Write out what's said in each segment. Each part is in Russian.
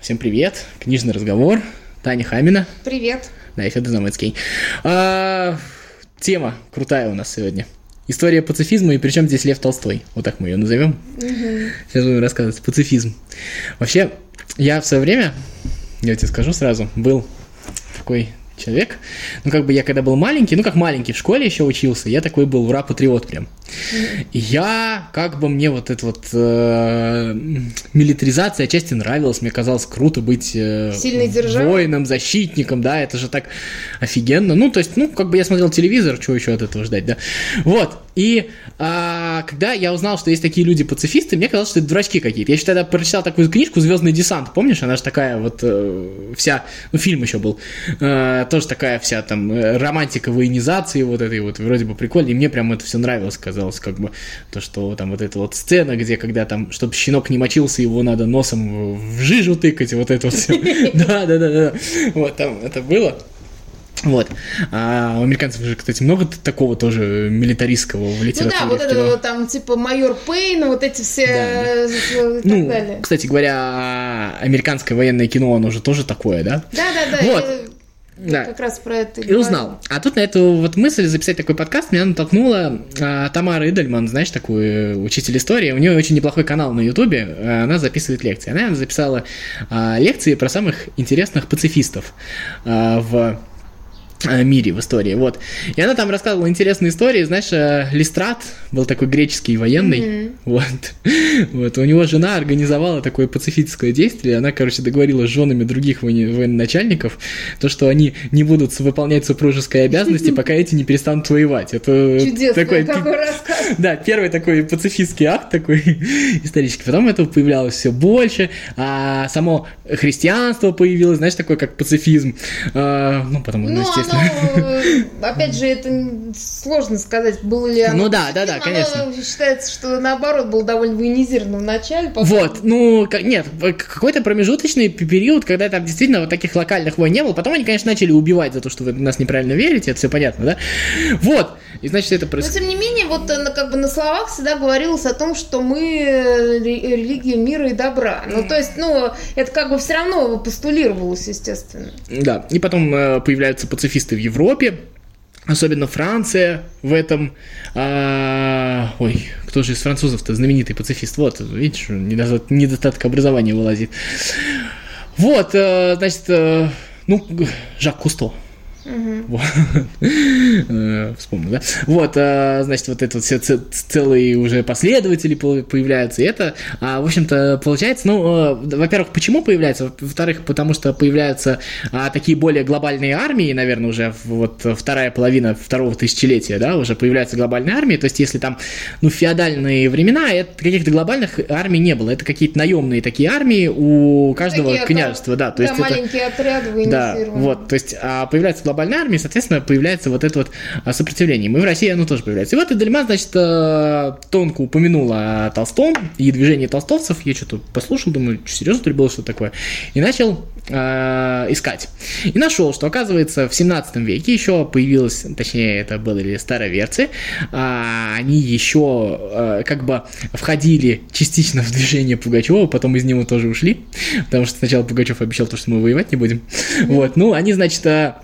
Всем привет, книжный разговор, Таня Хамина. Привет. Да, и Федор Замыцкий. Тема крутая у нас сегодня. История пацифизма, и причем здесь Лев Толстой. Вот так мы ее назовем. Сейчас будем рассказывать. Пацифизм. Вообще, я в свое время, я тебе скажу сразу, был такой человек, я когда был маленький, как маленький, в школе еще учился, я такой был ура-патриот прям. И я, мне вот эта милитаризация отчасти нравилась, мне казалось круто быть воином, защитником, да, это же так офигенно. Я смотрел телевизор, чего еще от этого ждать, да. Вот, и когда я узнал, что есть такие люди-пацифисты, мне казалось, что это дурачки какие-то. Я еще тогда прочитал такую книжку «Звездный десант», помнишь? Она же такая вся, фильм еще был, тоже такая вся там романтика военизации вот этой вот, вроде бы прикольно, и мне прям это все нравилось, казалось, то, что там вот эта вот сцена, где когда там, чтобы щенок не мочился, его надо носом в жижу тыкать, вот это вот все. Да. Вот там это было. Вот. А у американцев же, кстати, много такого тоже милитаристского в литературе. Вот это там типа майор Пейн, вот эти все и так далее. Кстати говоря, американское военное кино, оно же тоже такое, да? Да. Вот. Да. Как раз про это и узнал. А тут на эту вот мысль записать такой подкаст меня натолкнула Тамара Идельман, знаешь, такую учитель истории. У нее очень неплохой канал на Ютубе, она записывает лекции. Она записала лекции про самых интересных пацифистов в мире, в истории, вот. И она там рассказывала интересные истории, знаешь, Листрат был такой греческий военный, вот, у него жена организовала такое пацифистское действие, она, договорилась с женами других военачальников, то, что они не будут выполнять супружеские обязанности, пока эти не перестанут воевать. Это чудесно, какой рассказ. Да, первый такой пацифистский акт такой исторический, потом этого появлялось все больше, а само христианство появилось, знаешь, такое как пацифизм, потому естественно. Опять же, это сложно сказать, было ли оно... да, конечно. Считается, что наоборот было довольно военизировано в начале. Вот, нет, какой-то промежуточный период, когда там действительно вот таких локальных войн не было, потом они, конечно, начали убивать за то, что вы нас неправильно верите, это все понятно, да? Вот, и значит это происходит. Но тем не менее, на словах всегда говорилось о том, что мы религия мира и добра. Это все равно постулировалось, естественно. Да, и потом появляются пацифисты в Европе, особенно Франция в этом. Кто же из французов-то знаменитый пацифист? Вот, видишь, недостаток образования вылазит. Вот, Жак Кусто. Вспомнил, да? Вот, значит, вот это все целые уже последователи появляются, и это, в общем-то, получается, во-первых, почему появляется? Во-вторых, потому что появляются такие более глобальные армии, наверное, уже вторая половина второго тысячелетия, да, уже появляются глобальные армии, то есть, если там, в феодальные времена каких-то глобальных армий не было, это какие-то наемные такие армии у каждого княжества, да, то есть маленькие отряды военизированные. Да, вот, то есть, появляется глобальная армия, соответственно, появляется вот это вот сопротивление. И в России оно тоже появляется. И вот Эдельман, значит, тонко упомянула о Толстом и движении толстовцев. Я что-то послушал, думаю, серьезно, что ли, было что-то такое? И начал искать. И нашел, что, оказывается, в 17 веке еще появилось, точнее, это были староверцы, они еще входили частично в движение Пугачева, потом из него тоже ушли, потому что сначала Пугачев обещал то, что мы воевать не будем. Вот, они, значит,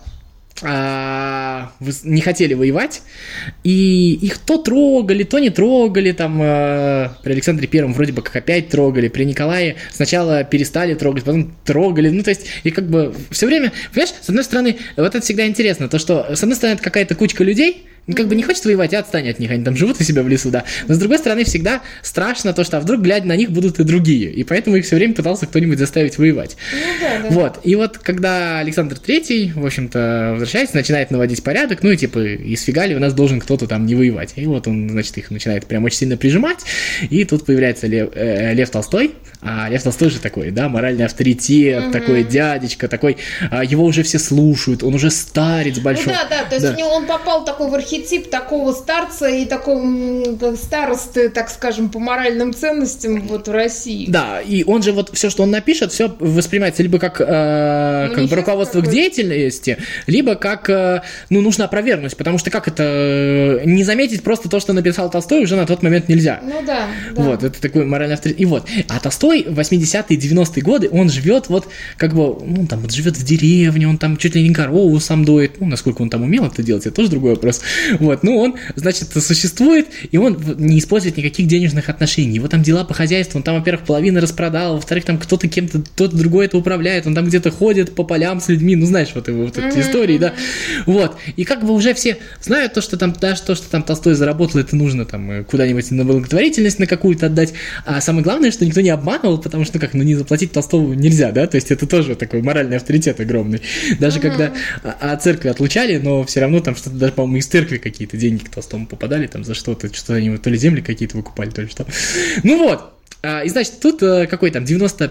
не хотели воевать, и их то трогали, то не трогали, там при Александре Первом вроде бы как опять трогали, при Николае сначала перестали трогать, потом трогали, то есть, и все время, понимаешь, с одной стороны, вот это всегда интересно, то, что, с одной стороны, это какая-то кучка людей, не хочет воевать, отстань от них, они там живут у себя в лесу, да, но с другой стороны, всегда страшно то, что вдруг, глядя на них, будут и другие, и поэтому их все время пытался кто-нибудь заставить воевать. Да. Вот, и когда Александр Третий, в общем-то, возвращается, начинает наводить порядок, из фигали у нас должен кто-то там не воевать, и вот он, значит, их начинает прям очень сильно прижимать, и тут появляется Лев Толстой, а Лев Толстой же такой, да, моральный авторитет, такой дядечка, такой, его уже все слушают, он уже старец большой. Да, то есть у него он попал такой в архетип такого старца и такого старосты, так скажем, по моральным ценностям в России. Да, и он же все, что он напишет, все воспринимается либо как руководство к деятельности, либо как, нужно опровергнуть, потому что как это, не заметить просто то, что написал Толстой, уже на тот момент нельзя. Да. Вот, это такой моральный авторитет. И вот, а Толстой Толстой в 80-е, 90-е годы, он живет вот, как бы, ну, там, вот живет в деревне, он там чуть ли не корову сам доит, ну, насколько он там умел это делать, это тоже другой вопрос. Вот, ну, он, значит, существует, и он не использует никаких денежных отношений. Его там дела по хозяйству, он там, во-первых, половину распродал, во-вторых, там кто-то кем-то, кто-то другой это управляет, он там где-то ходит по полям с людьми, ну, знаешь, вот его вот эти истории, да. Вот, и как бы уже все знают то, что там, даже то, что там Толстой заработал, это нужно там куда-нибудь на благотворительность на какую-то отдать, а самое главное, что никто не обманывал, потому что, как, ну, не заплатить Толстому нельзя, да, то есть это тоже такой моральный авторитет огромный. Даже когда от церкви отлучали, но все равно там что-то, даже, по-моему, из церкви какие-то деньги к Толстому попадали, там за что-то, что они то ли земли какие-то выкупали, то ли что. Ну вот, и значит, тут какой там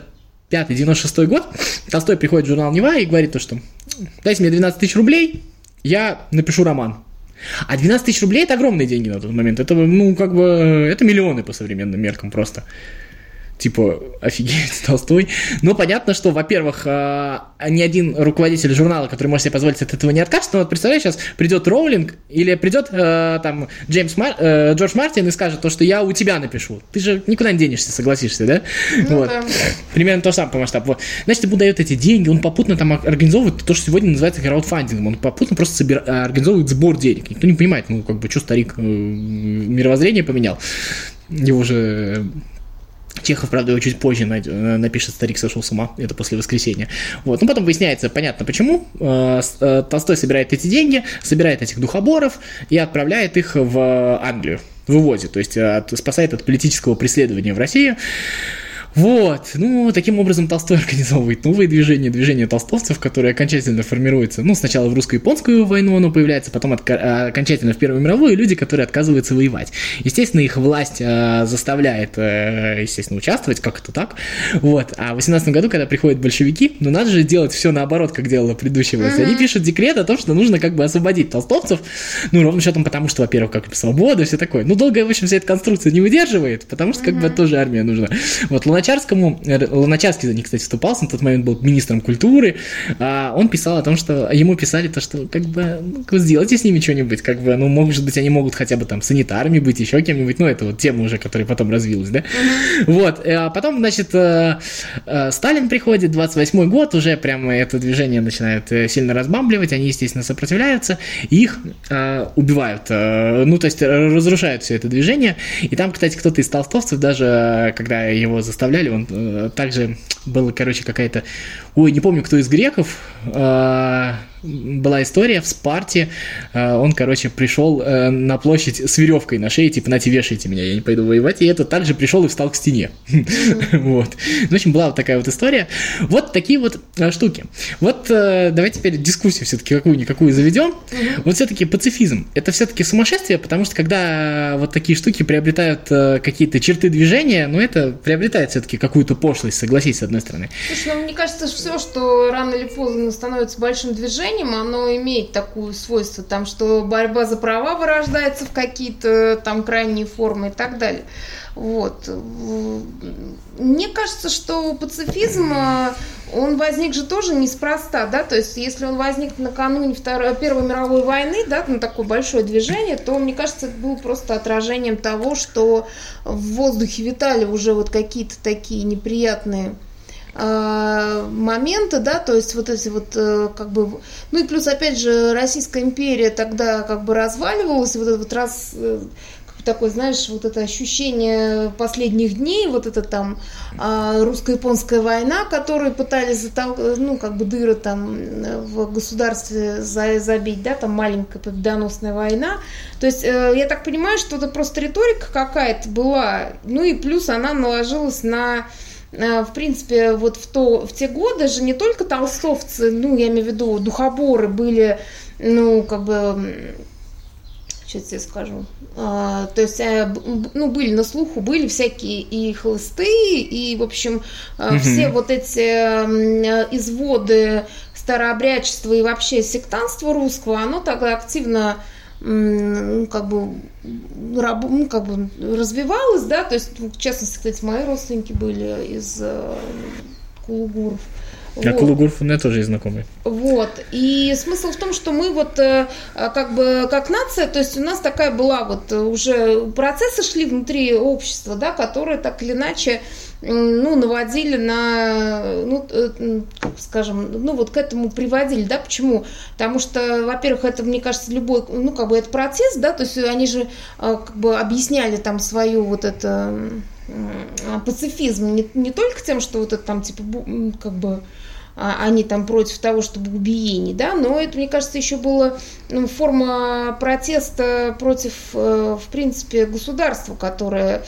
95-96 год, Толстой приходит в журнал «Нева» и говорит то, что дайте мне 12 тысяч рублей, я напишу роман. А 12 тысяч рублей – это огромные деньги на тот момент. Это, ну, как бы, это миллионы по современным меркам просто. Типа, офигеть, Толстой. Но понятно, что, во-первых, ни один руководитель журнала, который может себе позволить от этого не откажется. Но вот представляешь, сейчас придет Роулинг или придет там Джордж Мартин и скажет то, что я у тебя напишу. Ты же никуда не денешься, согласишься, да? Ну, вот. Да. Примерно то же самое по масштабу. Вот. Значит, ему дают эти деньги, он попутно там организовывает то, что сегодня называется краудфандингом. Он попутно просто организовывает сбор денег. Никто не понимает, ну, как бы, что старик мировоззрение поменял. Его же... Чехов, правда, его чуть позже напишет «Старик сошел с ума», это после «Воскресенья». Вот. Ну, потом выясняется, понятно, почему. Толстой собирает эти деньги, собирает этих духоборов и отправляет их в Англию, вывозит, то есть спасает от политического преследования в России. Вот, ну, таким образом Толстой организовывает новые движения, движение толстовцев, которые окончательно формируются, ну, сначала в русско-японскую войну оно появляется, потом окончательно в Первую мировую, люди, которые отказываются воевать. Естественно, их власть заставляет, естественно, участвовать, как это так, вот, а в 18 году, когда приходят большевики, ну, надо же делать все наоборот, как делала предыдущая власть, они пишут декрет о том, что нужно как бы освободить толстовцев, ну, ровно счетом потому, что, во-первых, как бы свобода, все такое, ну, долго, в общем, вся эта конструкция не выдерживает, потому что, как бы, тоже армия нужна. Вот, Луначарский за них, кстати, вступался, на тот момент был министром культуры, он писал о том, что ему писали то, что как бы ну, сделайте с ними что-нибудь, как бы, ну, может быть, они могут хотя бы там санитарами быть, еще кем-нибудь, ну, это вот тема уже, которая потом развилась, да, вот, а потом, значит, Сталин приходит, 28-й год, уже прямо это движение начинает сильно разбамбливать, они, естественно, сопротивляются, и их убивают, ну, то есть разрушают все это движение, и там, кстати, кто-то из толстовцев, даже когда его заставляли, он также была, короче, какая-то... Ой, не помню, кто из греков, была история в Спарте, он, короче, пришел на площадь с веревкой на шее, типа, нате, вешайте меня, я не пойду воевать, и этот также пришел и встал к стене. Вот. В общем, была вот такая вот история. Вот такие вот штуки. Вот давайте теперь дискуссию все-таки какую-никакую заведем. Вот все-таки пацифизм, это все-таки сумасшествие, потому что когда вот такие штуки приобретают какие-то черты движения, ну, это приобретает все-таки какую-то пошлость, согласись, с одной стороны. Слушай, ну, мне кажется, все, что рано или поздно становится большим движением, оно имеет такое свойство, там, что борьба за права вырождается в какие-то там крайние формы и так далее. Вот. Мне кажется, что пацифизм, он возник же тоже неспроста, да, то есть если он возник накануне Первой мировой войны, да, ну, такое большое движение, то, мне кажется, это было просто отражением того, что в воздухе витали уже вот какие-то такие неприятные моменты, да, то есть вот эти вот как бы, ну и плюс опять же Российская империя тогда как бы разваливалась, вот это вот такое, знаешь, вот это ощущение последних дней, вот это там русско-японская война, которую пытались ну, как бы дыры там в государстве забить, да, там маленькая победоносная война. То есть я так понимаю, что это просто риторика какая-то была, ну и плюс она наложилась на... В принципе, вот в те годы же не только толстовцы, ну, я имею в виду, духоборы были, ну, как бы, сейчас я скажу, то есть, ну, были на слуху, были всякие и хлысты, и, в общем, все вот эти изводы старообрядчества и вообще сектантства русского, оно тогда активно как бы развивалось, да, то есть, в частности, кстати, мои родственники были из кулугуров, А Кологуров у меня тоже есть знакомый. Вот. И смысл в том, что мы вот как бы как нация, то есть у нас такая была вот уже процессы шли внутри общества, да, которые так или иначе наводили на, скажем, вот к этому приводили, да, почему? Потому что, во-первых, это, мне кажется, любой, как бы это процесс, да, то есть они же как бы объясняли там свою вот это пацифизм не только тем, что вот это там, типа, как бы они там против того, чтобы убиений, да, но это, мне кажется, еще была форма протеста против, в принципе, государства, которое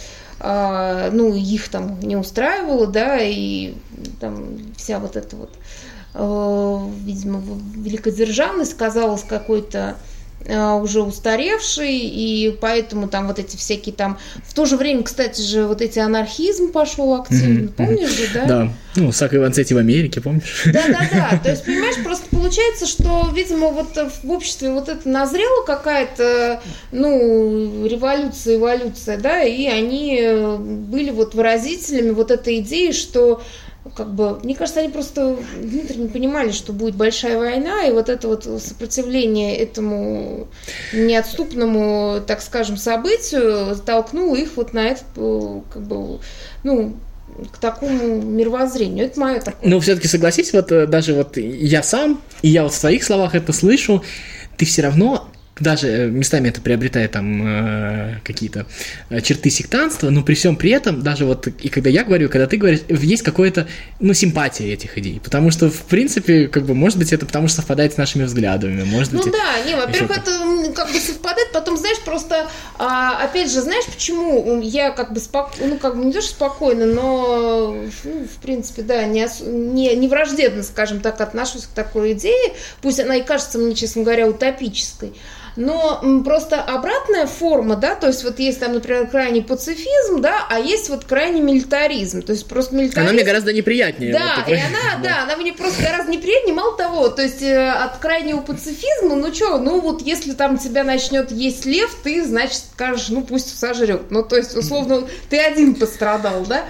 их там не устраивало, да, и там вся вот эта вот, видимо, великодержавность казалась какой-то уже устаревший, и поэтому там вот эти всякие там... В то же время, кстати же, вот эти анархизм пошел активно, помнишь же, да? Да, Сака Иванцетти в Америке, помнишь? Да, то есть, понимаешь, просто получается, что, видимо, вот в обществе вот это назрела какая-то, революция, эволюция, да, и они были вот выразителями вот этой идеи, что как бы, мне кажется, они просто внутренне понимали, что будет большая война, и вот это вот сопротивление этому неотступному, так скажем, событию толкнуло их вот на этот, как бы, к такому мировоззрению. Это мое такое. Но все-таки согласись, вот даже вот я сам, и я вот в своих словах это слышу, ты все равно... Даже местами это приобретает там какие-то черты сектантства, но при всем при этом, даже вот и когда я говорю, когда ты говоришь, есть какая-то, симпатия этих идей, потому что, в принципе, как бы, может быть, это потому что совпадает с нашими взглядами, может быть... во-первых, это как бы совпадает, потом, знаешь, просто, опять же, знаешь, почему я как бы не то, что спокойно, но, в принципе, да, не враждебно, скажем так, отношусь к такой идее, пусть она и кажется мне, честно говоря, утопической. Но просто обратная форма, да, то есть вот есть там, например, крайний пацифизм, да, а есть вот крайний милитаризм, то есть просто милитаризм... Она мне гораздо неприятнее. Да, вот, и она мне просто гораздо неприятнее, мало того, то есть от крайнего пацифизма, вот если там тебя начнет есть лев, ты, значит, скажешь, пусть сожрет, то есть, условно, ты один пострадал, да,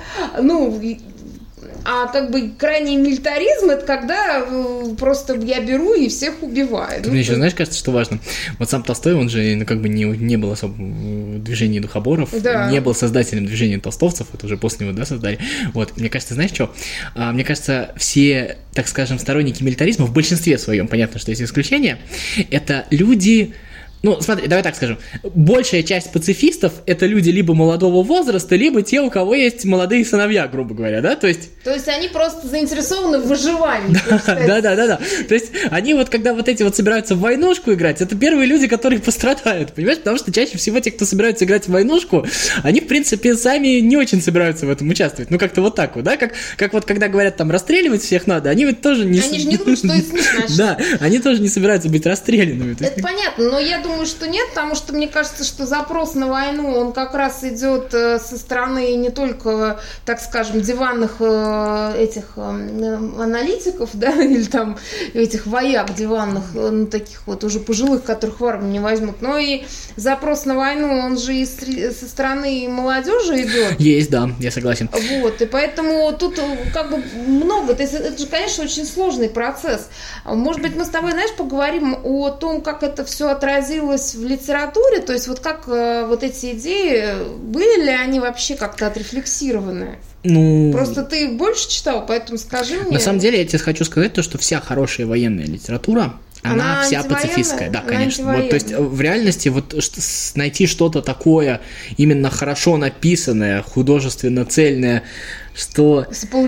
а как бы крайний милитаризм — это когда просто я беру и всех убиваю. Мне еще, знаешь, кажется, что важно. Вот сам Толстой, он же как бы не был особо в движении духоборов, не был создателем движения толстовцев, это уже после него, да, создали. Вот, мне кажется, знаешь что? Мне кажется, все, так скажем, сторонники милитаризма в большинстве своем, понятно, что есть исключения, это люди... смотри, давай так скажем. Большая часть пацифистов – это люди либо молодого возраста, либо те, у кого есть молодые сыновья, грубо говоря, да? То есть они просто заинтересованы в выживании. Да. То есть они вот, когда вот эти вот собираются в войнушку играть, это первые люди, которые пострадают, понимаешь? Потому что чаще всего те, кто собираются играть в войнушку, они, в принципе, сами не очень собираются в этом участвовать. Как-то вот так вот, да? Как вот, когда говорят, там, расстреливать всех надо, они вот тоже не... Они же не думают, что из них начнут. Да, они тоже не собираются быть расстрелянными. Это понятно, но я думаю, что нет, потому что мне кажется, что запрос на войну, он как раз идет со стороны не только, так скажем, диванных этих аналитиков, да, или там этих вояк диванных, таких вот уже пожилых, которых в армию не возьмут, но и запрос на войну, он же и со стороны молодежи идет. Есть, да, я согласен. Вот, и поэтому тут как бы много, то есть это же, конечно, очень сложный процесс. Может быть, мы с тобой, знаешь, поговорим о том, как это все отразилось в литературе, то есть вот как вот эти идеи, были ли они вообще как-то отрефлексированы? Просто ты больше читал, поэтому скажи мне. На самом деле, я тебе хочу сказать то, что вся хорошая военная литература, она вся пацифистская, да, конечно. Вот, то есть в реальности вот найти что-то такое именно хорошо написанное, художественно цельное, что...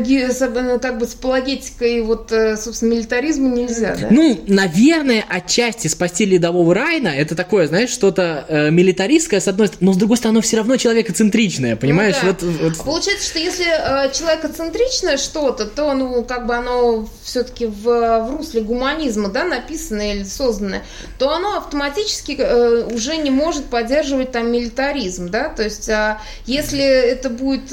Как бы с апологетикой вот, собственно, милитаризма нельзя, да? Наверное, отчасти «Спасти ледового Райана» это такое, знаешь, что-то милитаристское, с одной стороны, но с другой стороны, все равно человекоцентричное, понимаешь? Да. Вот. Получается, что если человекоцентричное что-то, то, как бы оно все-таки в русле гуманизма, да, написанное или созданное, то оно автоматически уже не может поддерживать там милитаризм, да, то есть если это будет,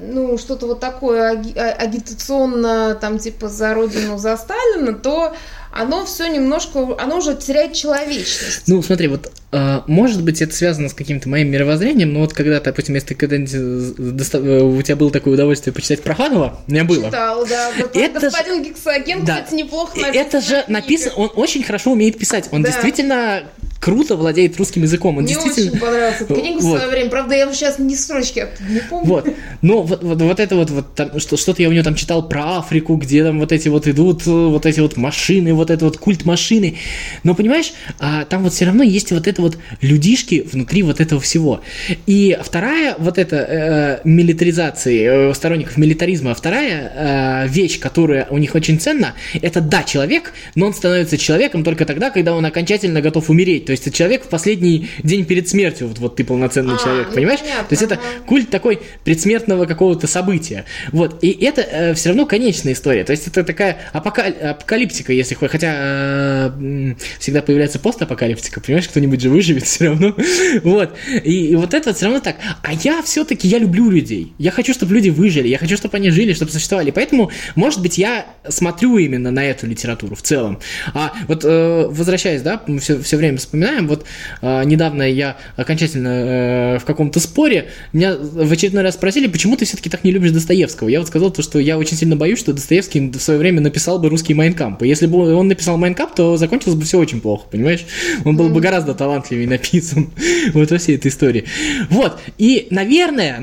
что-то вот такое агитационно, там, типа, за Родину, за Сталина, то оно все немножко, оно уже теряет человечность. Ну, смотри, вот, может быть, это связано с каким-то моим мировоззрением, но вот когда, допустим, если ты когда-нибудь у тебя было такое удовольствие почитать Проханова, у меня было. Читал, да. Господин Гексоген, кстати, неплохо написан. Это же написано, он очень хорошо умеет писать, он действительно круто владеет русским языком. Мне очень понравилась эта книга в свое время. Правда, я сейчас ни строчки не помню. Вот. Но вот это вот там, что-то я у него там читал про Африку, где там вот эти вот идут вот эти вот машины, вот это вот культ машины. Но понимаешь, там вот все равно есть вот это вот людишки внутри вот этого всего. И вторая вот эта милитаризация, сторонников милитаризма, вторая вещь, которая у них очень ценна, это да, человек, но он становится человеком только тогда, когда он окончательно готов умереть. То есть это человек в последний день перед смертью, вот ты полноценный человек, понимаешь? Понятно, то есть это культ такой предсмертного какого-то события. Вот, и это все равно конечная история. То есть это такая апокалиптика, если хоть, хотя всегда появляется постапокалиптика, понимаешь, кто-нибудь же выживет все равно. Вот, и вот это все равно так. А я все-таки, я люблю людей. Я хочу, чтобы люди выжили, я хочу, чтобы они жили, чтобы существовали. Поэтому, может быть, я смотрю именно на эту литературу в целом. А вот возвращаясь, да, мы все время вспоминаем, вот недавно я окончательно в каком-то споре, меня в очередной раз спросили, почему ты все-таки так не любишь Достоевского. Я вот сказал то, что я очень сильно боюсь, что Достоевский в свое время написал бы русский Майн кампф. И если бы он написал Майн кампф, то закончилось бы все очень плохо, понимаешь? Он был бы гораздо талантливее написан вот во всей этой истории. Вот, и, наверное,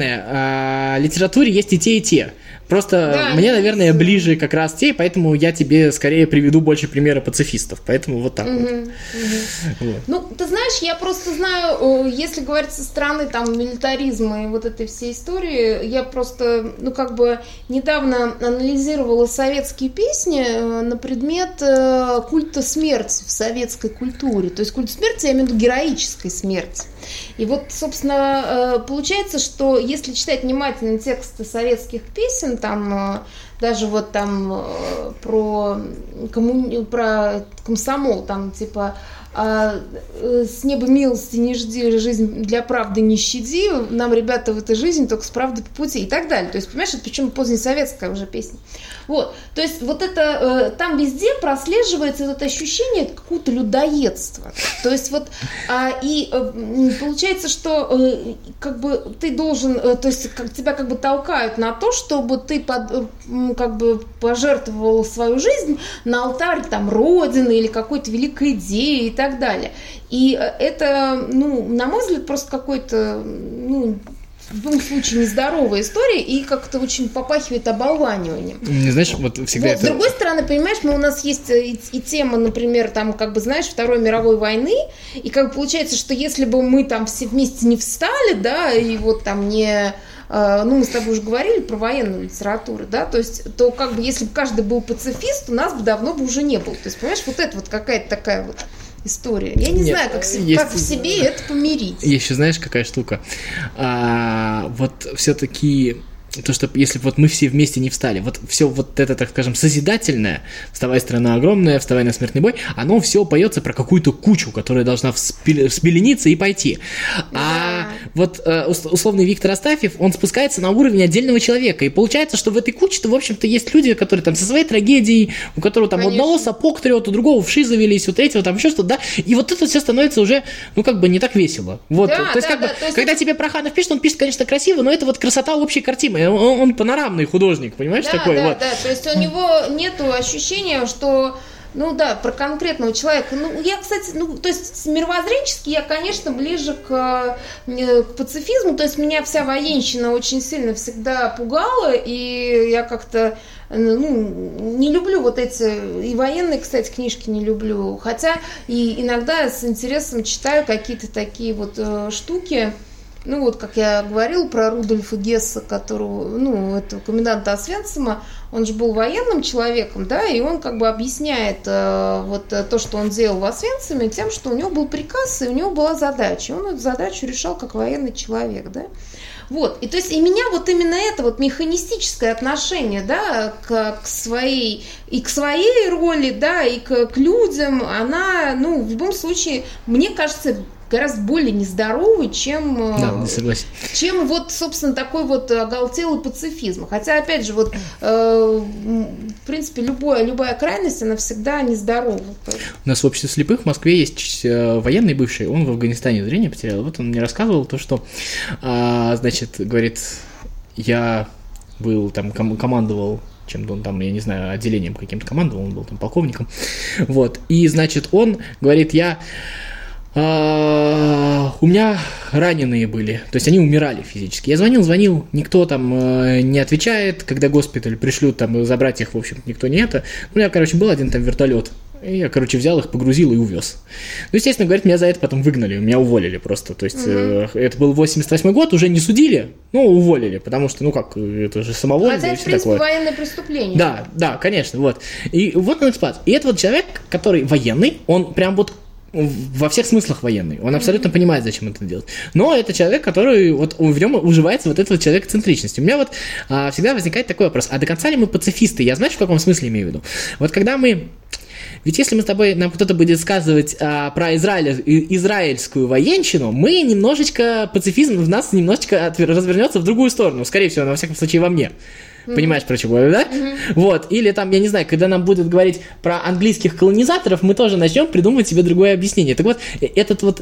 в литературе есть и те, и те. Просто мне, наверное, ближе как раз те, поэтому я тебе скорее приведу больше примера пацифистов. Поэтому вот так вот. Ну, ты знаешь, я просто знаю, если говорить со стороны там милитаризма и вот этой всей истории, я просто, недавно анализировала советские песни на предмет культа смерти в советской культуре. То есть культ смерти, я имею в виду героической смерти. И вот, собственно, получается, что если читать внимательно тексты советских песен, там даже вот там про комсомол, там типа с неба милости не жди, жизнь для правды не щади, нам, ребята, в этой жизни только с правдой по пути и так далее. То есть, понимаешь, это причем позднесоветская уже песня. Вот, то есть вот это, там везде прослеживается это ощущение какого-то людоедства. То есть вот, и получается, что ты должен, то есть тебя толкают на то, чтобы ты пожертвовал свою жизнь на алтарь там Родины или какой-то великой идеи и так далее. И это, на мой взгляд, просто какой-то, в любом случае, нездоровая история и как-то очень попахивает оболваниванием. Не знаешь, вот всегда вот, это... С другой стороны, понимаешь, у нас есть и тема, например, там, знаешь, Второй мировой войны, и получается, что если бы мы там все вместе не встали, да, и вот там не... мы с тобой уже говорили про военную литературу, да, то есть, то если бы каждый был пацифист, у нас бы давно бы уже не было. То есть, понимаешь, вот это вот какая-то такая вот история. Я не знаю, как в себе это помирить. Еще знаешь, какая штука? Вот все-таки то, что если вот мы все вместе не встали, вот все вот это, так скажем, созидательное, «Вставай, страна огромная», «Вставай на смертный бой», оно все поется про какую-то кучу, которая должна взбелениться и пойти. А вот условный Виктор Астафьев, он спускается на уровень отдельного человека, и получается, что в этой куче-то, в общем-то, есть люди, которые там со своей трагедией, у которого там у одного сапог трет, у другого вши завелись, у третьего там еще что-то, да, и вот это все становится уже, не так весело. Вот, да, то есть, когда тебе Проханов пишет, он пишет, конечно, красиво, но это вот красота общей картины. Он панорамный художник, понимаешь, такой вот. Да, то есть у него нету ощущения, что, про конкретного человека. Я, кстати, то есть мировоззренчески я, конечно, ближе к пацифизму, то есть меня вся военщина очень сильно всегда пугала, и я как-то, не люблю вот эти, и военные, кстати, книжки не люблю, хотя и иногда с интересом читаю какие-то такие вот штуки. Как я говорила про Рудольфа Гесса, которого, этого коменданта Освенцима, он же был военным человеком, да, и он объясняет то, что он делал в Освенциме, тем, что у него был приказ, и у него была задача. Он эту задачу решал как военный человек, да. Вот, и то есть и меня вот именно это вот механистическое отношение, да, к своей роли, да, и к людям, она, в любом случае, мне кажется, гораздо более нездоровый, чем вот, собственно, такой вот оголтелый пацифизм. Хотя, опять же, вот в принципе, любая крайность, она всегда нездорова. У нас в обществе слепых в Москве есть военный бывший, он в Афганистане зрение потерял. Вот он мне рассказывал то, что, значит, говорит, я был там, командовал чем-то, он там, я не знаю, отделением каким-то командовал, он был там полковником. Вот, и, значит, он говорит, у меня раненые были, то есть они умирали физически. Я звонил, никто там не отвечает, когда госпиталь пришлют там забрать их, в общем, никто не это. У меня, короче, был один там вертолет, и я, короче, взял их, погрузил и увез. Ну, естественно, говорит, меня за это потом выгнали, меня уволили просто, то есть это был 88-й год, уже не судили, но уволили, потому что, ну как, это же самовольно. Хотя это, в принципе, военное преступление. Да, конечно, вот. И вот он эксплуат. И это вот человек, который военный, он прям вот во всех смыслах военный. Он абсолютно понимает, зачем это делать. Но это человек, который вот в нем уживается вот эта вот человекоцентричность. У меня вот всегда возникает такой вопрос. А до конца ли мы пацифисты? Я знаешь, в каком смысле имею в виду? Вот когда мы... Ведь если мы с тобой, нам кто-то будет сказывать про израильскую военщину, мы немножечко, пацифизм в нас немножечко развернется в другую сторону. Скорее всего, во всяком случае, во мне. Понимаешь, про чего я, да? Вот, или там, я не знаю, когда нам будут говорить про английских колонизаторов, мы тоже начнем придумывать себе другое объяснение. Так вот, этот вот...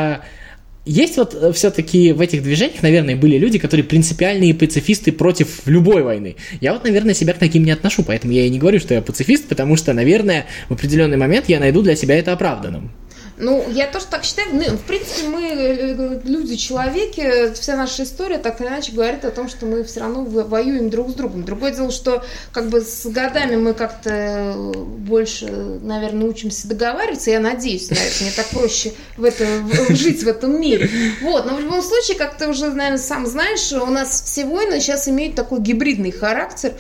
Есть вот все-таки в этих движениях, наверное, были люди, которые принципиальные пацифисты против любой войны. Я вот, наверное, себя к таким не отношу, поэтому я и не говорю, что я пацифист, потому что, наверное, в определенный момент я найду для себя это оправданным. Ну, я тоже так считаю. Ну, в принципе, мы люди, человеки, вся наша история так или иначе говорит о том, что мы все равно воюем друг с другом. Другое дело, что как бы с годами мы как-то больше, наверное, учимся договариваться. Я надеюсь на это. Мне так проще жить в этом мире. Вот. Но в любом случае, как ты уже, наверное, сам знаешь, у нас все войны сейчас имеют такой гибридный характер,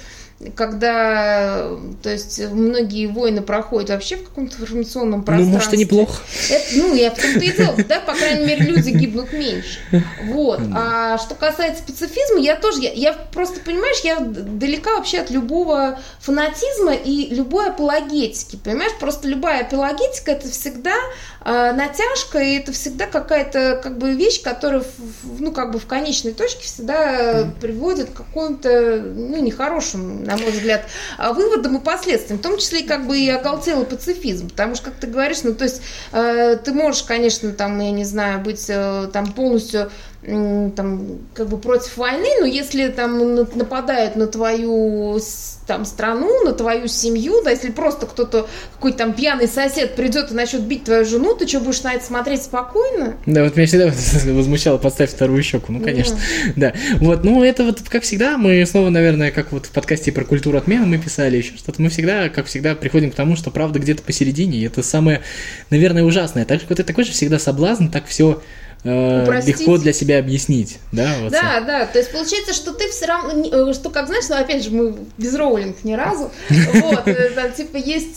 когда, то есть, многие войны проходят вообще в каком-то информационном пространстве. Ну, может, и неплохо. Я в том-то и дело, да, по крайней мере, люди гибнут меньше. Вот. А что касается пацифизма, я просто, понимаешь, я далека вообще от любого фанатизма и любой апологетики, понимаешь? Просто любая апологетика – это всегда натяжка, и это всегда какая-то, как бы, вещь, которая, ну, как бы, в конечной точке всегда приводит к какому-то, ну, нехорошему, на мой взгляд, выводам и последствиям, в том числе и, как бы, и оголтелый пацифизм, потому что, как ты говоришь, ну, то есть ты можешь, конечно, там, я не знаю, быть там полностью там, как бы против войны, но если там нападают на твою там страну, на твою семью, да, если просто кто-то, какой-то там пьяный сосед придет и начнет бить твою жену, ты что, будешь на это смотреть спокойно? Да, вот меня всегда возмущало, подставь вторую щеку, ну, конечно, да. Вот, ну, это вот, как всегда, мы снова, наверное, как вот в подкасте про культуру отмены мы писали еще что-то, мы всегда, как всегда, приходим к тому, что правда где-то посередине, и это самое, наверное, ужасное. Так что это такой же всегда соблазн, так все легко для себя объяснить, да? Вот да, то есть получается, что ты все равно, что, как знаешь, ну, опять же, мы без роулинг ни разу, вот, там, типа, есть,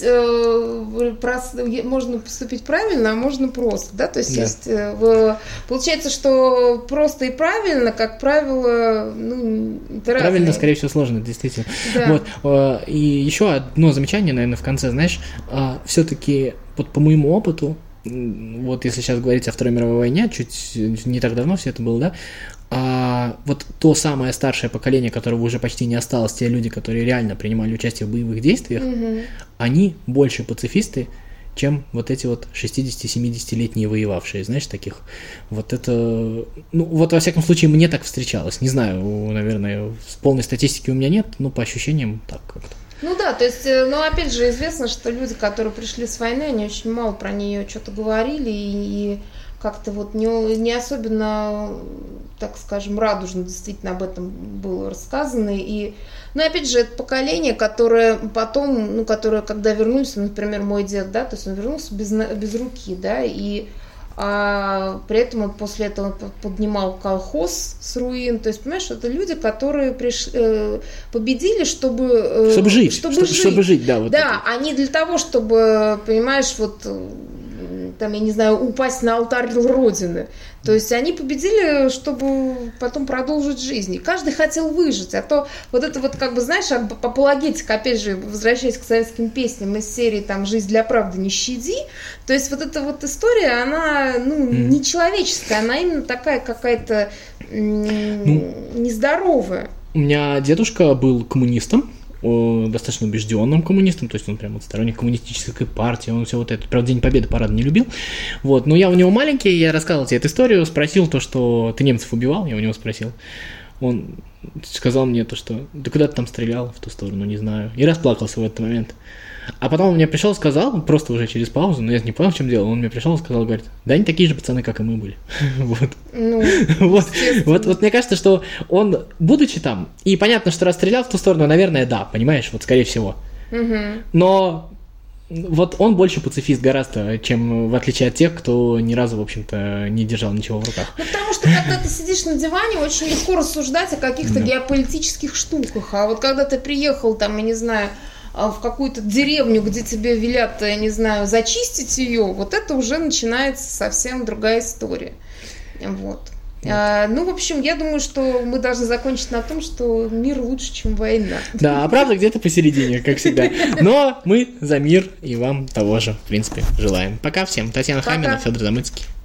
можно поступить правильно, а можно просто, да, то есть есть, получается, что просто и правильно, как правило, ну, это разное. Правильно, скорее всего, сложно, действительно. Да. Вот, и еще одно замечание, наверное, в конце, знаешь, все-таки, вот по моему опыту, вот если сейчас говорить о Второй мировой войне, чуть не так давно все это было, да, вот то самое старшее поколение, которого уже почти не осталось, те люди, которые реально принимали участие в боевых действиях, они больше пацифисты, чем вот эти вот 60-70-летние воевавшие, знаешь, таких. Вот это, ну, вот во всяком случае мне так встречалось. Не знаю, наверное, полной статистики у меня нет, но по ощущениям так как-то. Ну да, то есть, ну опять же известно, что люди, которые пришли с войны, они очень мало про нее что-то говорили и как-то вот не особенно, так скажем, радужно действительно об этом было рассказано. И, ну опять же, это поколение, которое потом, ну, которое, когда вернулся, например, мой дед, да, то есть он вернулся без руки, да, и при этом он после этого поднимал колхоз с руин. То есть, понимаешь, это люди, которые победили, чтобы жить. Чтобы жить, да. Вот да, а не для того, чтобы, понимаешь, вот там, я не знаю, упасть на алтарь Родины. То есть они победили, чтобы потом продолжить жизнь. И каждый хотел выжить. А то вот это вот, как бы, знаешь, апологетика, опять же, возвращаясь к советским песням из серии там «Жизнь для правды не щади». То есть вот эта вот история, она, ну, нечеловеческая, она именно такая какая-то нездоровая. У меня дедушка был коммунистом. достаточно убежденным коммунистом, то есть он прям вот сторонник коммунистической партии, он все вот это, правда, День Победы парад не любил, вот, но я у него маленький, я рассказывал тебе эту историю, спросил то, что ты немцев убивал, я у него спросил, он сказал мне то, что да куда ты там стрелял в ту сторону, не знаю, и расплакался в этот момент. А потом он мне пришел и сказал, просто уже через паузу, но я не понял, в чем дело, он мне пришел и сказал, говорит, да они такие же пацаны, как и мы были. Вот. Ну, вот мне кажется, что он, будучи там, и понятно, что расстрелял в ту сторону, наверное, да, понимаешь, вот скорее всего. Но вот он больше пацифист гораздо, чем в отличие от тех, кто ни разу, в общем-то, не держал ничего в руках. Ну, потому что, когда ты сидишь на диване, очень легко рассуждать о каких-то геополитических штуках, а вот когда ты приехал, там, я не знаю, в какую-то деревню, где тебе велят, я не знаю, зачистить ее, вот это уже начинается совсем другая история. Вот. Ну, в общем, я думаю, что мы должны закончить на том, что мир лучше, чем война. Да, а правда где-то посередине, как всегда. Но мы за мир и вам того же, в принципе, желаем. Пока всем. Татьяна Хамина, Федор Замыцкий.